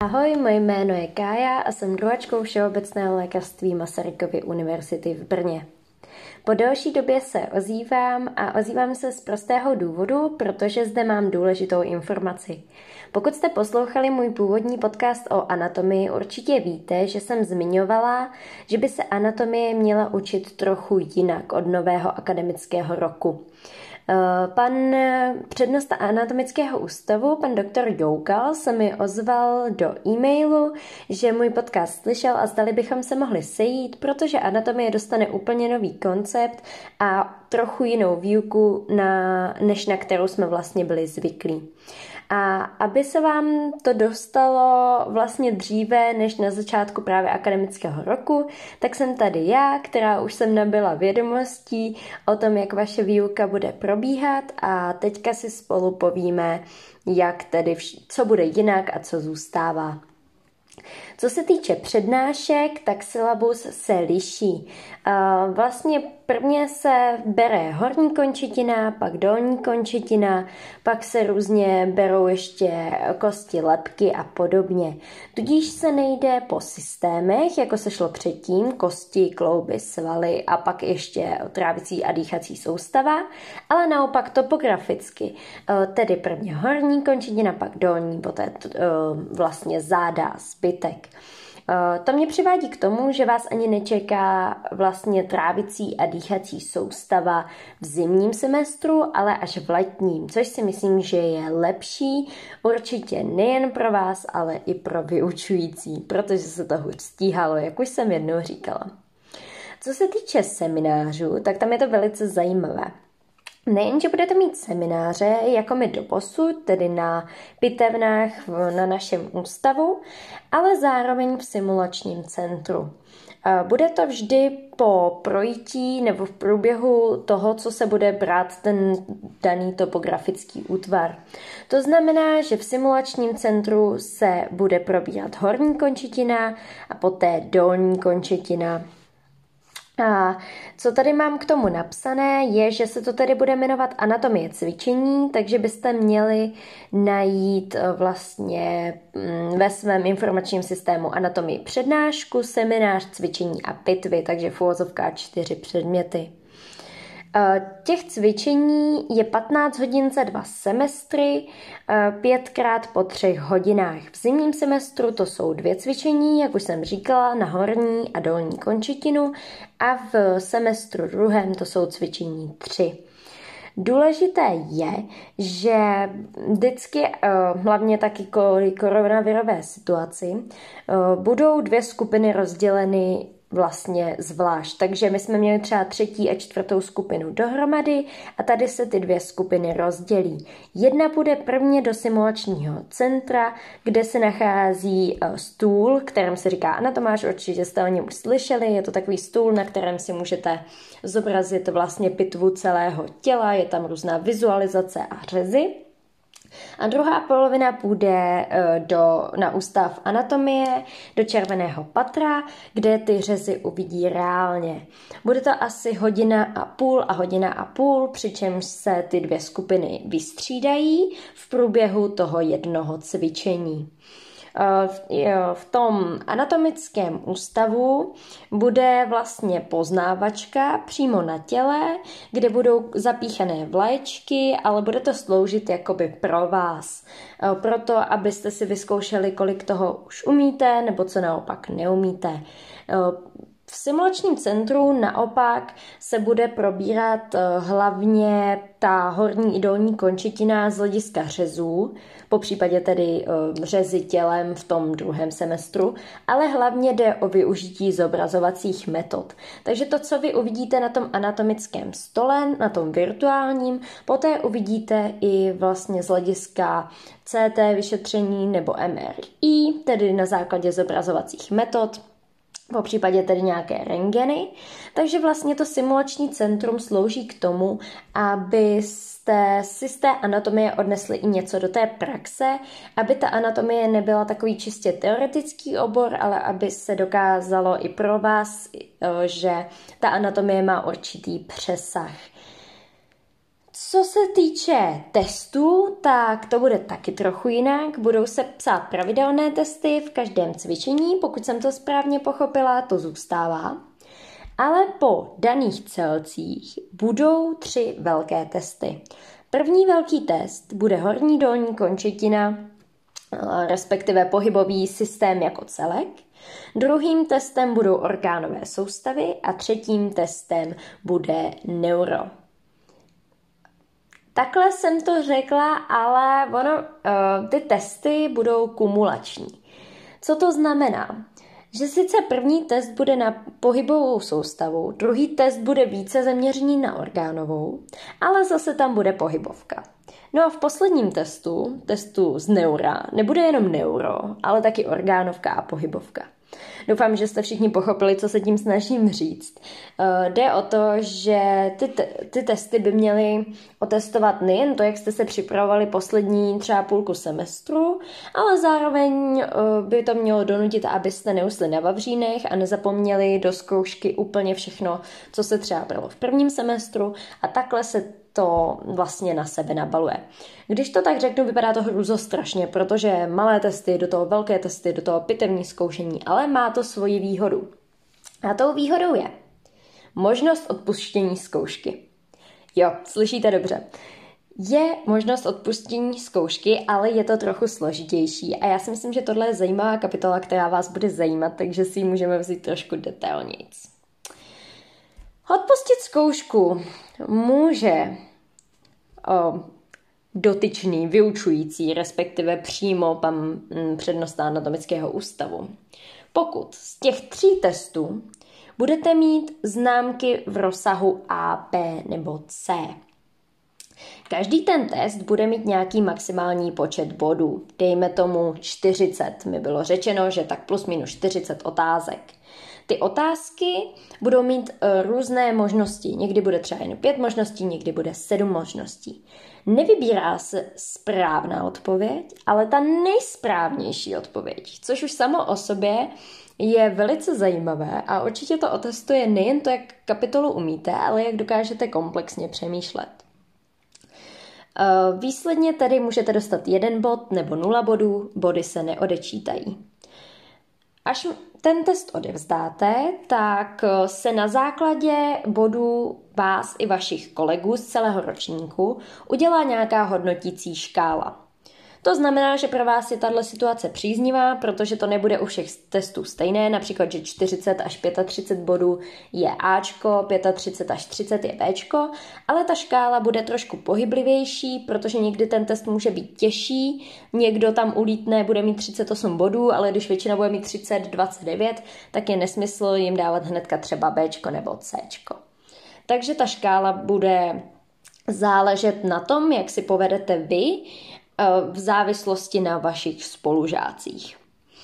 Ahoj, moje jméno je Kája a jsem druhačkou všeobecného lékařství Masarykovy univerzity v Brně. Po delší době se ozývám se z prostého důvodu, protože zde mám důležitou informaci. Pokud jste poslouchali můj původní podcast o anatomii, určitě víte, že jsem zmiňovala, že by se anatomie měla učit trochu jinak od nového akademického roku. Pan přednosta anatomického ústavu, pan doktor Joukal, se mi ozval do e-mailu, že můj podcast slyšel a zdali bychom se mohli sejít, protože anatomie dostane úplně nový koncept a trochu jinou výuku, než na kterou jsme vlastně byli zvyklí. A aby se vám to dostalo vlastně dříve než na začátku právě akademického roku, tak jsem tady já, která už jsem nabyla vědomostí o tom, jak vaše výuka bude probíhat a teďka si spolu povíme, jak tedy co bude jinak a co zůstává. Co se týče přednášek, tak syllabus se liší. Vlastně prvně se bere horní končetina, pak dolní končetina, pak se různě berou ještě kosti lebky a podobně. Tudíž se nejde po systémech, jako se šlo předtím, kosti, klouby, svaly a pak ještě trávicí a dýchací soustava, ale naopak topograficky. Tedy prvně horní končetina, pak dolní, poté vlastně záda a zbytek. To mě přivádí k tomu, že vás ani nečeká vlastně trávicí a dýchací soustava v zimním semestru, ale až v letním, což si myslím, že je lepší určitě nejen pro vás, ale i pro vyučující, protože se toho stíhalo, jak už jsem jednou říkala. Co se týče seminářů, tak tam je to velice zajímavé. Nejenže budete mít semináře, jako my doposud, tedy na pitevnách na našem ústavu, ale zároveň v simulačním centru. Bude to vždy po projití nebo v průběhu toho, co se bude brát ten daný topografický útvar. To znamená, že v simulačním centru se bude probírat horní končetina a poté dolní končetina. A co tady mám k tomu napsané, je, že se to tady bude jmenovat anatomie cvičení, takže byste měli najít vlastně ve svém informačním systému anatomii přednášku, seminář, cvičení a pitvy, takže v uvozovkách 4 předměty. Těch cvičení je 15 hodin za 2 semestry, 5krát po 3 hodinách. V zimním semestru to jsou 2 cvičení, jak už jsem říkala, na horní a dolní končetinu a v semestru druhém to jsou cvičení 3. Důležité je, že vždycky, hlavně taky kvůli koronavirové situaci, budou 2 skupiny rozděleny vlastně zvlášť. Takže my jsme měli třeba 3. a 4. skupinu dohromady a tady se ty 2 skupiny rozdělí. Jedna půjde prvně do simulačního centra, kde se nachází stůl, kterým se říká anatomáž, určitě jste o něm už slyšeli, je to takový stůl, na kterém si můžete zobrazit vlastně pitvu celého těla, je tam různá vizualizace a řezy. A druhá polovina půjde na ústav anatomie, do červeného patra, kde ty řezy uvidí reálně. Bude to asi 1,5 hodiny a 1,5 hodiny, přičemž se ty 2 skupiny vystřídají v průběhu toho jednoho cvičení. V tom anatomickém ústavu bude vlastně poznávačka přímo na těle, kde budou zapíchané vlaječky, ale bude to sloužit jakoby pro vás. Proto, abyste si vyzkoušeli, kolik toho už umíte, nebo co naopak neumíte. V simulačním centru naopak se bude probírat hlavně ta horní i dolní končetina z hlediska řezů, po případě tedy řezy tělem v tom druhém semestru, ale hlavně jde o využití zobrazovacích metod. Takže to, co vy uvidíte na tom anatomickém stole, na tom virtuálním, poté uvidíte i vlastně z hlediska CT vyšetření nebo MRI, tedy na základě zobrazovacích metod, po případě tedy nějaké rentgeny. Takže vlastně to simulační centrum slouží k tomu, abyste si z té anatomie odnesli i něco do té praxe, aby ta anatomie nebyla takový čistě teoretický obor, ale aby se dokázalo i pro vás, že ta anatomie má určitý přesah. Co se týče testů, tak to bude taky trochu jinak. Budou se psát pravidelné testy v každém cvičení, pokud jsem to správně pochopila, to zůstává. Ale po daných celcích budou 3 velké testy. První velký test bude horní dolní končetina, respektive pohybový systém jako celek. Druhým testem budou orgánové soustavy a třetím testem bude neuro. Takhle jsem to řekla, ale ty testy budou kumulační. Co to znamená? Že sice první test bude na pohybovou soustavu, druhý test bude více zaměřený na orgánovou, ale zase tam bude pohybovka. No a v posledním testu z neura, nebude jenom neuro, ale taky orgánovka a pohybovka. Doufám, že jste všichni pochopili, co se tím snažím říct. Jde o to, že ty testy by měly otestovat nejen to, jak jste se připravovali poslední třeba půlku semestru, ale zároveň by to mělo donutit, abyste neusli na vavřínech a nezapomněli do zkoušky úplně všechno, co se třeba bralo v prvním semestru, a takhle se to vlastně na sebe nabaluje. Když to tak řeknu, vypadá to hrůzostrašně, protože malé testy, do toho velké testy, do toho pitevní zkoušení, ale má to svoji výhodu. A tou výhodou je možnost odpuštění zkoušky. Jo, slyšíte dobře. Je možnost odpuštění zkoušky, ale je to trochu složitější a já si myslím, že tohle je zajímavá kapitola, která vás bude zajímat, takže si ji můžeme vzít trošku detailnějc. Odpustit zkoušku může dotyčný, vyučující, respektive přímo pan přednosta anatomického ústavu. Pokud z těch 3 testů budete mít známky v rozsahu A, B nebo C. Každý ten test bude mít nějaký maximální počet bodů. Dejme tomu 40. Mi bylo řečeno, že tak plus minus 40 otázek. Ty otázky budou mít různé možnosti. Někdy bude třeba jen 5 možností, někdy bude 7 možností. Nevybírá se správná odpověď, ale ta nejsprávnější odpověď, což už samo o sobě je velice zajímavé a určitě to otestuje nejen to, jak kapitolu umíte, ale jak dokážete komplexně přemýšlet. Výsledně tedy můžete dostat 1 bod nebo 0 bodů, body se neodečítají. Až ten test odevzdáte, tak se na základě bodů vás i vašich kolegů z celého ročníku udělá nějaká hodnotící škála. To znamená, že pro vás je tato situace příznivá, protože to nebude u všech testů stejné, například, že 40 až 35 bodů je Ačko, 35 až 30 je Bčko, ale ta škála bude trošku pohyblivější, protože někdy ten test může být těžší, někdo tam ulítne, bude mít 38 bodů, ale když většina bude mít 30, 29, tak je nesmysl jim dávat hnedka třeba Bčko nebo Cčko. Takže ta škála bude záležet na tom, jak si povedete vy, v závislosti na vašich spolužácích.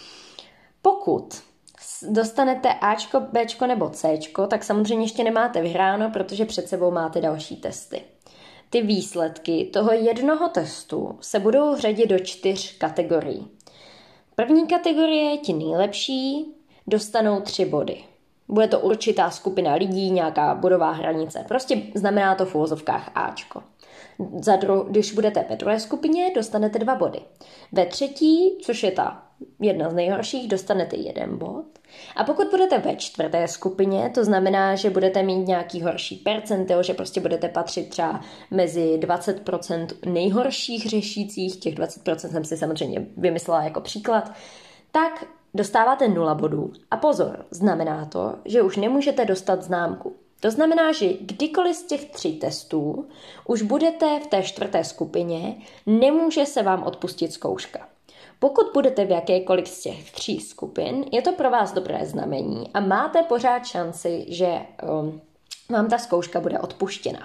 Pokud dostanete Ačko, Bčko nebo Cčko, tak samozřejmě ještě nemáte vyhráno, protože před sebou máte další testy. Ty výsledky toho jednoho testu se budou řadit do 4 kategorií. První kategorie, ti nejlepší, dostanou 3 body. Bude to určitá skupina lidí, nějaká bodová hranice. Prostě znamená to v uvozovkách Ačko. Když budete ve druhé skupině, dostanete 2 body. Ve třetí, což je ta jedna z nejhorších, dostanete 1 bod. A pokud budete ve 4. skupině, to znamená, že budete mít nějaký horší percentil, že prostě budete patřit třeba mezi 20% nejhorších řešících, těch 20% jsem si samozřejmě vymyslela jako příklad, tak dostáváte 0 bodů. A pozor, znamená to, že už nemůžete dostat známku. To znamená, že kdykoliv z těch 3 testů už budete v té 4. skupině, nemůže se vám odpustit zkouška. Pokud budete v jakékoliv z těch 3 skupin, je to pro vás dobré znamení a máte pořád šanci, že vám ta zkouška bude odpuštěna.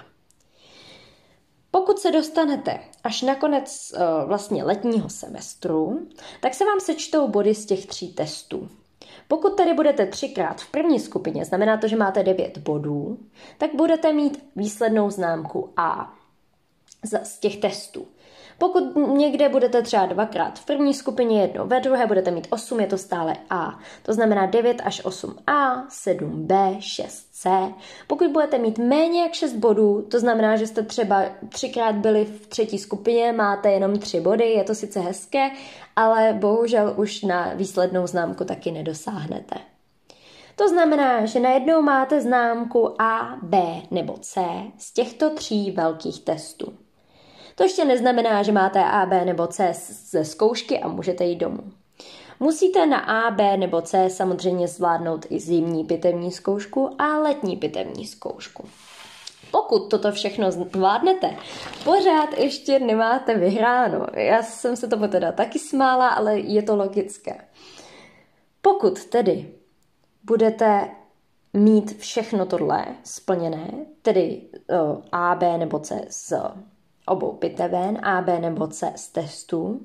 Pokud se dostanete až na konec vlastně letního semestru, tak se vám sečtou body z těch 3 testů. Pokud tady budete 3krát v první skupině, znamená to, že máte 9 bodů, tak budete mít výslednou známku A z těch testů. Pokud někde budete třeba 2x v první skupině, jedno ve druhé, budete mít 8, je to stále A. To znamená 9 až 8A, 7B, 6C. Pokud budete mít méně jak 6 bodů, to znamená, že jste třeba 3x byli v třetí skupině, máte jenom 3 body, je to sice hezké, ale bohužel už na výslednou známku taky nedosáhnete. To znamená, že najednou máte známku A, B nebo C z těchto 3 velkých testů. To ještě neznamená, že máte A, B nebo C ze zkoušky a můžete jít domů. Musíte na A, B nebo C samozřejmě zvládnout i zimní pitevní zkoušku a letní pitevní zkoušku. Pokud toto všechno zvládnete, pořád ještě nemáte vyhráno. Já jsem se tomu teda taky smála, ale je to logické. Pokud tedy budete mít všechno tohle splněné, tedy A, B nebo C z obou piteven, A, B nebo C z testů,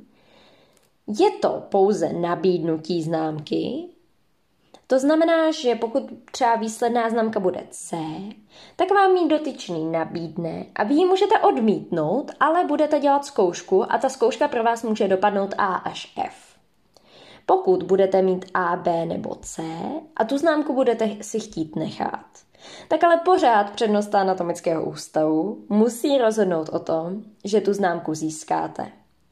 je to pouze nabídnutí známky. To znamená, že pokud třeba výsledná známka bude C, tak vám ji dotyčný nabídne a vy ji můžete odmítnout, ale budete dělat zkoušku a ta zkouška pro vás může dopadnout A až F. Pokud budete mít A, B nebo C a tu známku budete si chtít nechat, tak ale pořád přednosta anatomického ústavu musí rozhodnout o tom, že tu známku získáte.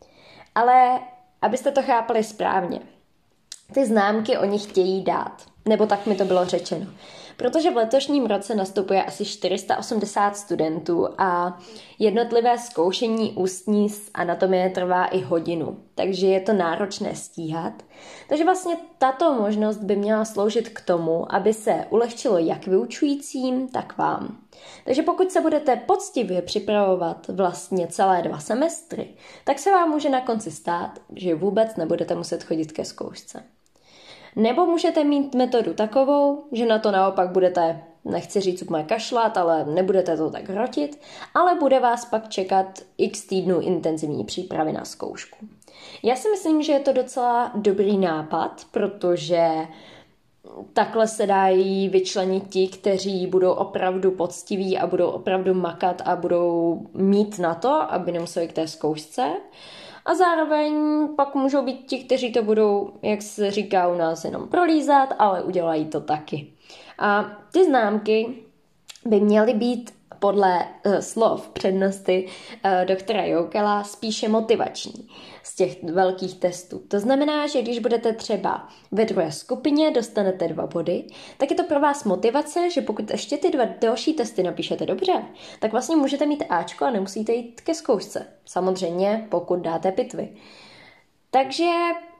Ale abyste to chápali správně, ty známky oni chtějí dát, nebo tak mi to bylo řečeno. Protože v letošním roce nastupuje asi 480 studentů a jednotlivé zkoušení ústní z anatomie trvá i hodinu, takže je to náročné stíhat. Takže vlastně tato možnost by měla sloužit k tomu, aby se ulehčilo jak vyučujícím, tak vám. Takže pokud se budete poctivě připravovat vlastně celé 2 semestry, tak se vám může na konci stát, že vůbec nebudete muset chodit ke zkoušce. Nebo můžete mít metodu takovou, že na to naopak budete, nechci říct úplně kašlat, ale nebudete to tak hrotit, ale bude vás pak čekat x týdnů intenzivní přípravy na zkoušku. Já si myslím, že je to docela dobrý nápad, protože takhle se dají vyčlenit ti, kteří budou opravdu poctiví a budou opravdu makat a budou mít na to, aby nemuseli k té zkoušce. A zároveň pak můžou být ti, kteří to budou, jak se říká u nás, jenom prolízat, ale udělají to taky. A ty známky by měly být podle slov přednosty doktora Joukela spíše motivační z těch velkých testů. To znamená, že když budete třeba ve druhé skupině, dostanete 2 body, tak je to pro vás motivace, že pokud ještě ty 2 další testy napíšete dobře, tak vlastně můžete mít Ačko a nemusíte jít ke zkoušce. Samozřejmě, pokud dáte pitvy. Takže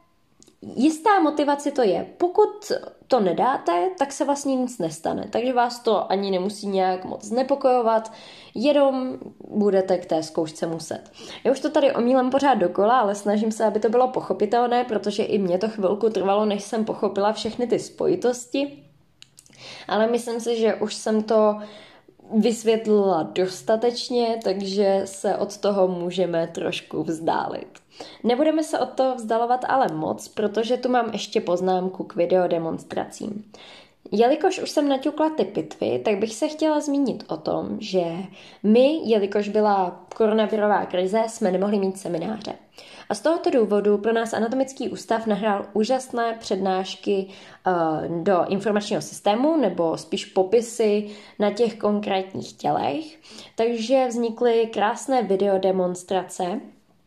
jistá motivace to je. Pokud to nedáte, tak se vlastně nic nestane. Takže vás to ani nemusí nějak moc znepokojovat, jenom budete k té zkoušce muset. Já už to tady omílám pořád dokola, ale snažím se, aby to bylo pochopitelné, protože i mě to chvilku trvalo, než jsem pochopila všechny ty spojitosti. Ale myslím si, že už jsem to vysvětlila dostatečně, takže se od toho můžeme trošku vzdálit. Nebudeme se od toho vzdalovat ale moc, protože tu mám ještě poznámku k videodemonstracím. Jelikož už jsem naťukla ty pitvy, tak bych se chtěla zmínit o tom, že my, jelikož byla koronavirová krize, jsme nemohli mít semináře. A z tohoto důvodu pro nás anatomický ústav nahrál úžasné přednášky do informačního systému, nebo spíš popisy na těch konkrétních tělech. Takže vznikly krásné videodemonstrace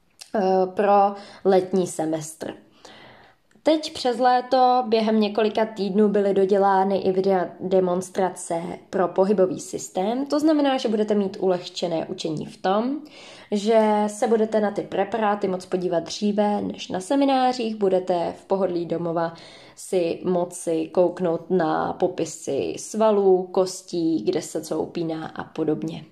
pro letní semestr. Teď přes léto během několika týdnů byly dodělány i videodemonstrace pro pohybový systém. To znamená, že budete mít ulehčené učení v tom, že se budete na ty preparáty moc podívat dříve než na seminářích, budete v pohodlí domova si moci kouknout na popisy svalů, kostí, kde se co upíná a podobně.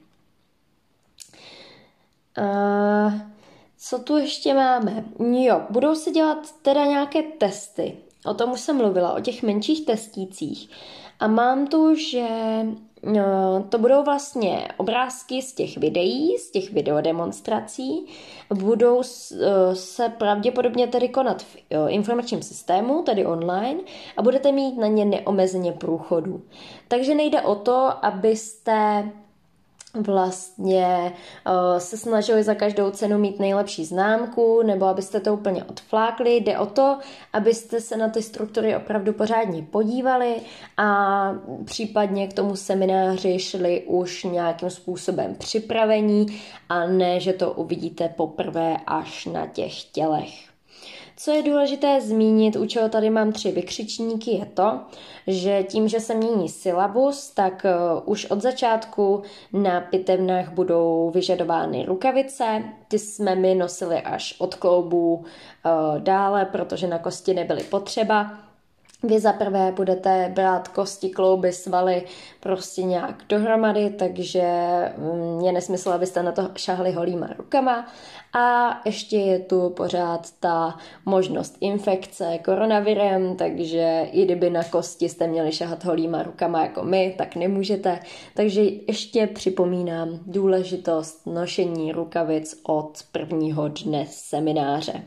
Co tu ještě máme? Jo, budou se dělat teda nějaké testy. O tom už jsem mluvila, o těch menších testících. A mám tu, že to budou vlastně obrázky z těch videí, z těch videodemonstrací. Budou se pravděpodobně tedy konat v informačním systému, tedy online, a budete mít na ně neomezeně průchodu. Takže nejde o to, abyste vlastně se snažili za každou cenu mít nejlepší známku, nebo abyste to úplně odflákli. Jde o to, abyste se na ty struktury opravdu pořádně podívali a případně k tomu semináři šli už nějakým způsobem připravení a ne, že to uvidíte poprvé až na těch tělech. Co je důležité zmínit, u čeho tady mám 3 vykřičníky, je to, že tím, že se mění syllabus, tak už od začátku na pitevnách budou vyžadovány rukavice. Ty jsme my nosili až od kloubů dále, protože na kosti nebyly potřeba. Vy zaprvé budete brát kosti, klouby, svaly prostě nějak dohromady, takže je nesmysl, abyste na to šahli holýma rukama. A ještě je tu pořád ta možnost infekce koronavirem, takže i kdyby na kosti jste měli šahat holýma rukama jako my, tak nemůžete. Takže ještě připomínám důležitost nošení rukavic od prvního dne semináře.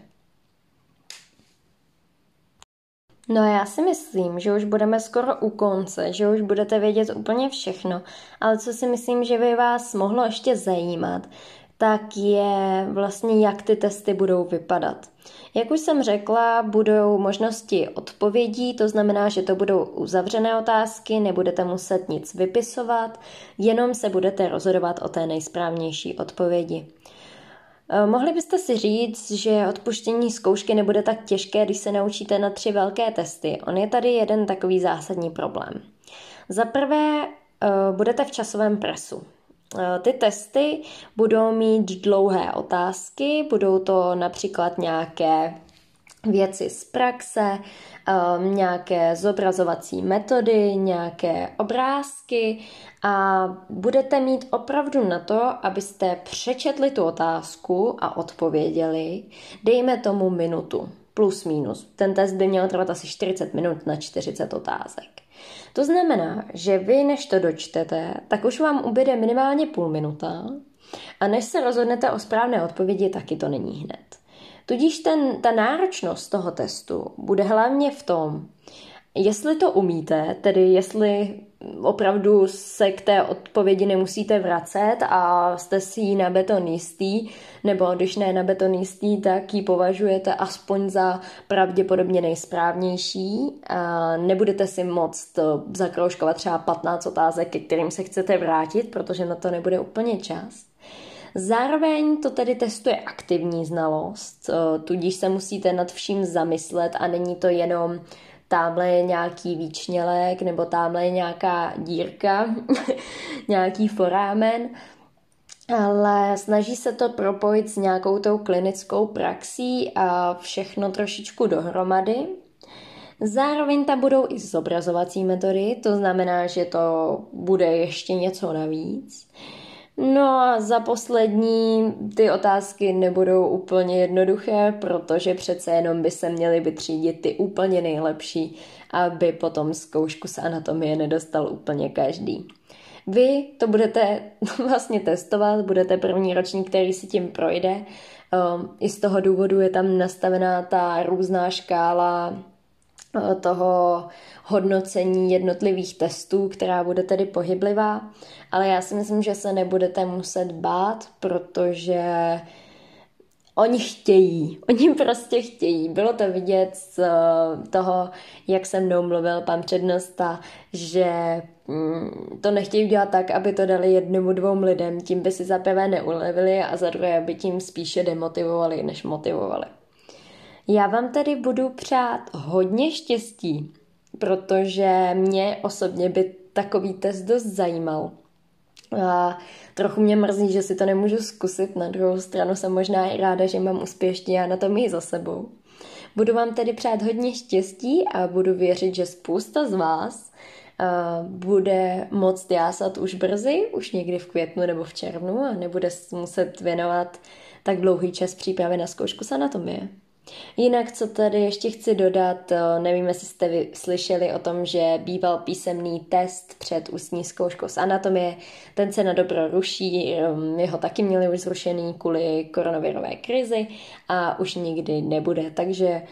No já si myslím, že už budeme skoro u konce, že už budete vědět úplně všechno, ale co si myslím, že by vás mohlo ještě zajímat, tak je vlastně, jak ty testy budou vypadat. Jak už jsem řekla, budou možnosti odpovědí, to znamená, že to budou uzavřené otázky, nebudete muset nic vypisovat, jenom se budete rozhodovat o té nejsprávnější odpovědi. Mohli byste si říct, že odpuštění zkoušky nebude tak těžké, když se naučíte na 3 velké testy. On je tady jeden takový zásadní problém. Za prvé budete v časovém presu. Ty testy budou mít dlouhé otázky, budou to například nějaké věci z praxe, nějaké zobrazovací metody, nějaké obrázky a budete mít opravdu na to, abyste přečetli tu otázku a odpověděli, dejme tomu minutu, plus minus. Ten test by měl trvat asi 40 minut na 40 otázek. To znamená, že vy, než to dočtete, tak už vám ubyde minimálně půl minuta a než se rozhodnete o správné odpovědi, taky to není hned. Tudíž ta náročnost toho testu bude hlavně v tom, jestli to umíte, tedy jestli opravdu se k té odpovědi nemusíte vracet a jste si ji na beton jistý, nebo když ne na beton jistý, tak ji považujete aspoň za pravděpodobně nejsprávnější a nebudete si moct zakroužkovat třeba 15 otázek, ke kterým se chcete vrátit, protože na to nebude úplně čas. Zároveň to tedy testuje aktivní znalost, tudíž se musíte nad vším zamyslet a není to jenom tamhle je nějaký výčnělek nebo tamhle je nějaká dírka, nějaký forámen, ale snaží se to propojit s nějakou tou klinickou praxí a všechno trošičku dohromady. Zároveň tam budou i zobrazovací metody, to znamená, že to bude ještě něco navíc. No a za poslední, ty otázky nebudou úplně jednoduché, protože přece jenom by se měly vytřídit ty úplně nejlepší, aby potom zkoušku z anatomie nedostal úplně každý. Vy to budete vlastně testovat, budete první ročník, který si tím projde. I z toho důvodu je tam nastavená ta různá škála toho hodnocení jednotlivých testů, která bude tedy pohyblivá, ale já si myslím, že se nebudete muset bát, protože oni prostě chtějí. Bylo to vidět z toho, jak se mnou mluvil pan přednosta, že to nechtějí udělat tak, aby to dali 1-2 lidem, tím by si za prvé neulevili a za druhé by tím spíše demotivovali, než motivovali. Já vám tedy budu přát hodně štěstí, protože mě osobně by takový test dost zajímal. A trochu mě mrzí, že si to nemůžu zkusit, na druhou stranu jsem možná i ráda, že mám úspěšně anatomii za sebou. Budu vám tedy přát hodně štěstí a budu věřit, že spousta z vás bude moct jásat už brzy, už někdy v květnu nebo v červnu a nebude muset věnovat tak dlouhý čas přípravy na zkoušku z anatomie. Jinak, co tady ještě chci dodat, nevím, jestli jste slyšeli o tom, že býval písemný test před ústní zkouškou z anatomie, ten se na dobro ruší, jeho taky měli už zrušený kvůli koronavirové krizi a už nikdy nebude, takže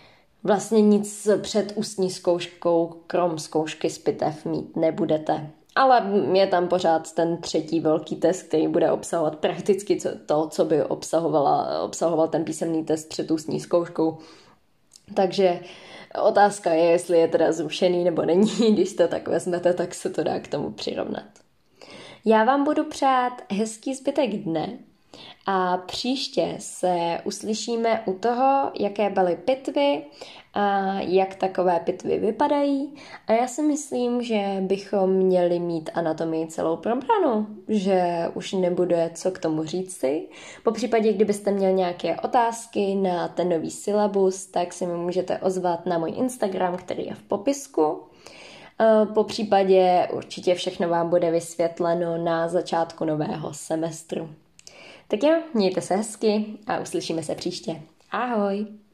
vlastně nic před ústní zkouškou, krom zkoušky z pitev mít nebudete. ale je tam pořád ten třetí velký test, který bude obsahovat prakticky to, co by obsahoval ten písemný test před ústní zkouškou. Takže otázka je, jestli je teda zrušený nebo není. Když to tak vezmete, tak se to dá k tomu přirovnat. Já vám budu přát hezký zbytek dne a příště se uslyšíme u toho, jaké byly pitvy a jak takové pitvy vypadají. A já si myslím, že bychom měli mít anatomii celou probranou, že už nebude co k tomu říci. Popřípadě, kdybyste měl nějaké otázky na ten nový syllabus, tak se mi můžete ozvat na můj Instagram, který je v popisku. Popřípadě určitě všechno vám bude vysvětleno na začátku nového semestru. Tak jo, mějte se hezky a uslyšíme se příště. Ahoj!